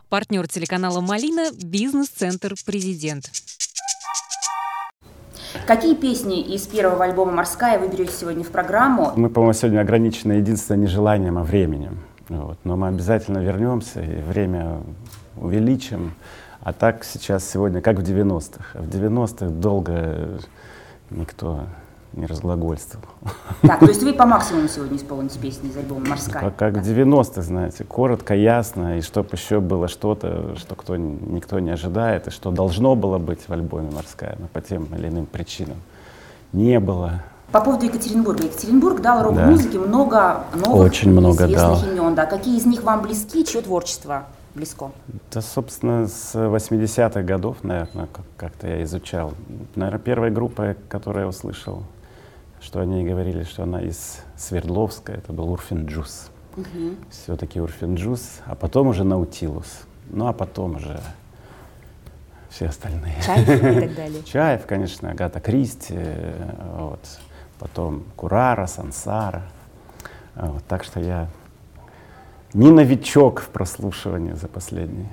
Партнер телеканала «Малина» – бизнес-центр «Президент». Какие песни из первого альбома «Морская» вы берете сегодня в программу? Мы, по-моему, сегодня ограничены единственное не желанием, а временем. Но мы обязательно вернемся и время увеличим. А так сейчас, сегодня, как в 90-х. В 90-х долго никто не разглагольствовал. Так, то есть вы по максимуму сегодня исполните песни из альбома «Морская»? Как в 90-х, знаете, коротко, ясно, и чтоб еще было что-то, что никто не ожидает, и что должно было быть в альбоме «Морская», но по тем или иным причинам не было. По поводу Екатеринбурга. Екатеринбург дал рок-музыке много новых, очень много известных дал. имен. Да. Какие из них вам близки, чье творчество близко? Да, собственно, с 80-х годов, наверное, как-то я изучал. Наверное, первая группа, которую я услышал, что они говорили, что она из Свердловска, это был Урфин Джюс. Все-таки Урфин Джюс, а потом уже Наутилус. Ну, а потом уже все остальные. Чайф и так далее. Чайф, конечно, Агата Кристи, вот. Потом Курара, Сансара. Вот. Так что я не новичок в прослушивании за последние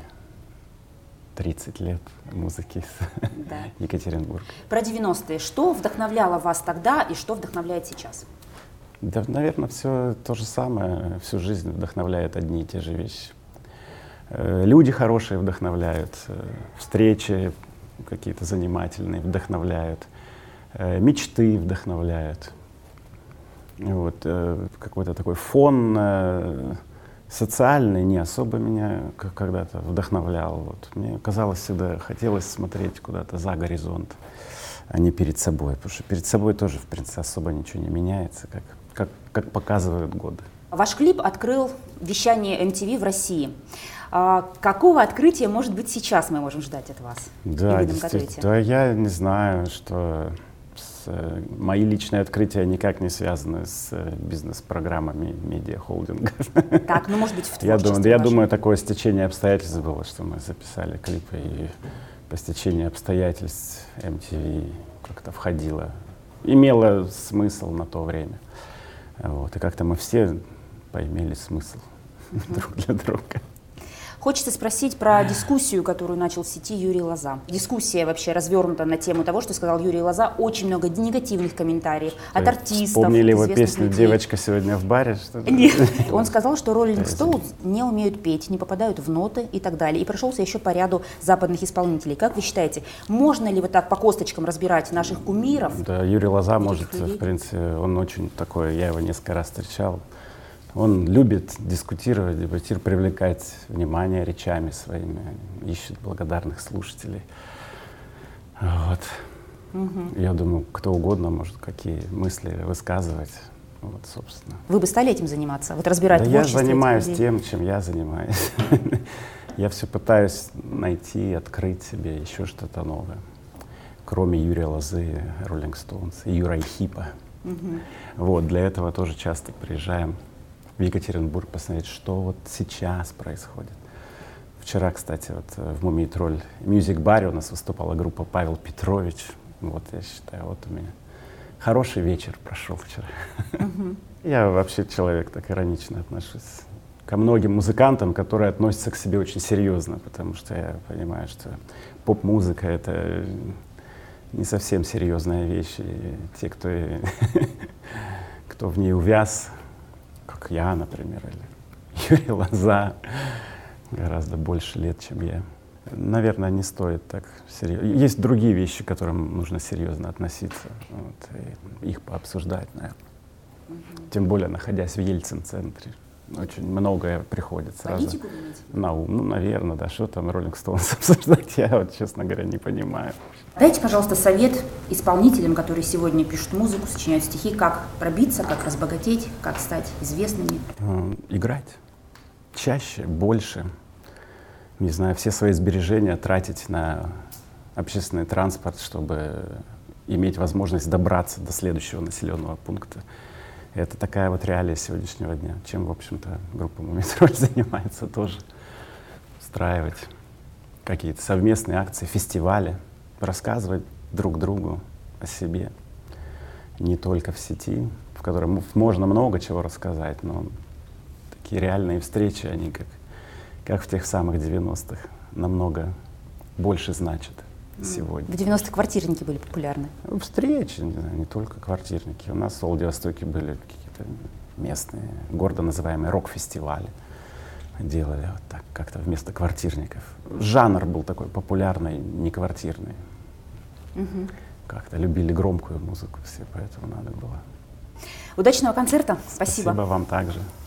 30 лет музыки из Екатеринбурга. Про 90-е. Что вдохновляло вас тогда и что вдохновляет сейчас? Да, наверное, все то же самое. Всю жизнь вдохновляют одни и те же вещи. Люди хорошие вдохновляют, встречи какие-то занимательные вдохновляют, мечты вдохновляют. Вот, какой-то такой фон социальный не особо меня когда-то вдохновлял. Вот. Мне казалось, всегда хотелось смотреть куда-то за горизонт, а не перед собой. Потому что перед собой тоже, в принципе, особо ничего не меняется, как показывают годы. Ваш клип открыл вещание MTV в России. Какого открытия, может быть, сейчас мы можем ждать от вас? Да, действительно. Да, я не знаю, что мои личные открытия никак не связаны с бизнес-программами медиа-холдинга. Так, ну, может быть, в творчестве я думаю, такое стечение обстоятельств было, что мы записали клипы, и по стечению обстоятельств MTV как-то входило, имело смысл на то время. Вот, и как-то мы все поимели смысл друг для друга. Хочется спросить про дискуссию, которую начал в сети Юрий Лоза. Дискуссия вообще развернута на тему того, что сказал Юрий Лоза. Очень много негативных комментариев от артистов. Вспомнили его песню людей. «Девочка сегодня в баре», что ли? Нет. Он сказал, что Rolling Stones не умеют петь, не попадают в ноты и так далее. И прошелся еще по ряду западных исполнителей. Как вы считаете, можно ли вот так по косточкам разбирать наших кумиров? Да, Юрий Лоза может, в принципе, он очень такой, я его несколько раз встречал. Он любит дискутировать, привлекать внимание речами своими, ищет благодарных слушателей. Вот. Я думаю, кто угодно может какие мысли высказывать. Вот, собственно. Вы бы стали этим заниматься? Вот разбирать творчество? Я занимаюсь тем, чем я занимаюсь. Я все пытаюсь найти, открыть себе еще что-то новое. Кроме Юрия Лозы, Rolling Stones и Юра Хипа. Вот, для этого тоже часто приезжаем в Екатеринбург посмотреть, что вот сейчас происходит. Вчера, кстати, вот в «Мумий Тролль» мьюзик-баре у нас выступала группа Павел Петрович. Вот, я считаю, вот у меня хороший вечер прошел вчера. Я вообще человек так иронично отношусь ко многим музыкантам, которые относятся к себе очень серьезно, потому что я понимаю, что поп-музыка — это не совсем серьезная вещь. И те, кто в ней увяз, как я, например, или Юрий Лоза, гораздо больше лет, чем я. Наверное, не стоит так серьезно. Есть другие вещи, к которым нужно серьезно относиться, вот, и их пообсуждать, наверное. Тем более, находясь в Ельцин-центре. Очень многое приходит сразу на ум. Ну, наверное, да, что там Rolling Stones обсуждать, я вот, честно говоря, не понимаю. Дайте, пожалуйста, совет исполнителям, которые сегодня пишут музыку, сочиняют стихи, как пробиться, как разбогатеть, как стать известными. Играть чаще, больше. Не знаю, все свои сбережения тратить на общественный транспорт, чтобы иметь возможность добраться до следующего населенного пункта. Это такая вот реалия сегодняшнего дня, чем, в общем-то, группа «Мумий Тролль» занимается тоже. Устраивать какие-то совместные акции, фестивали, рассказывать друг другу о себе. Не только в сети, в которой можно много чего рассказать, но такие реальные встречи, они как как в тех самых 90-х, намного больше значит сегодня. В 90-е квартирники были популярны. Встречи, не только квартирники. У нас в Владивостоке были какие-то местные, гордо называемые рок-фестивали. Делали вот так, как-то вместо квартирников. Жанр был такой популярный, не квартирный. Как-то любили громкую музыку все, поэтому надо было. Удачного концерта. Спасибо. Спасибо вам также.